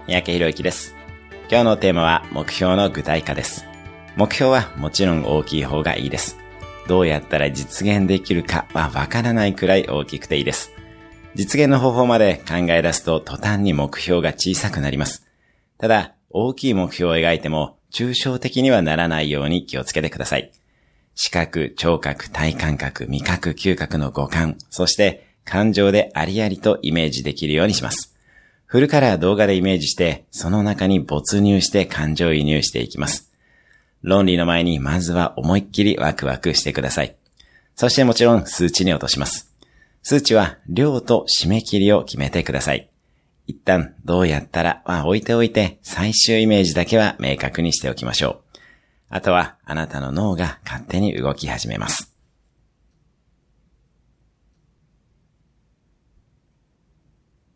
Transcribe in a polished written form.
三宅宏之です。今日のテーマは目標の具体化です。目標はもちろん大きい方がいいです。どうやったら実現できるかはわからないくらい大きくていいです。実現の方法まで考え出すと途端に目標が小さくなります。ただ、大きい目標を描いても抽象的にはならないように気をつけてください。視覚、聴覚、体感覚、味覚、嗅覚の五感、そして感情でありありとイメージできるようにします。フルカラー動画でイメージして、その中に没入して感情移入していきます。論理の前にまずは思いっきりワクワクしてください。そしてもちろん数値に落とします。数値は量と締め切りを決めてください。一旦どうやったらは置いておいて最終イメージだけは明確にしておきましょう。あとはあなたの脳が勝手に動き始めます。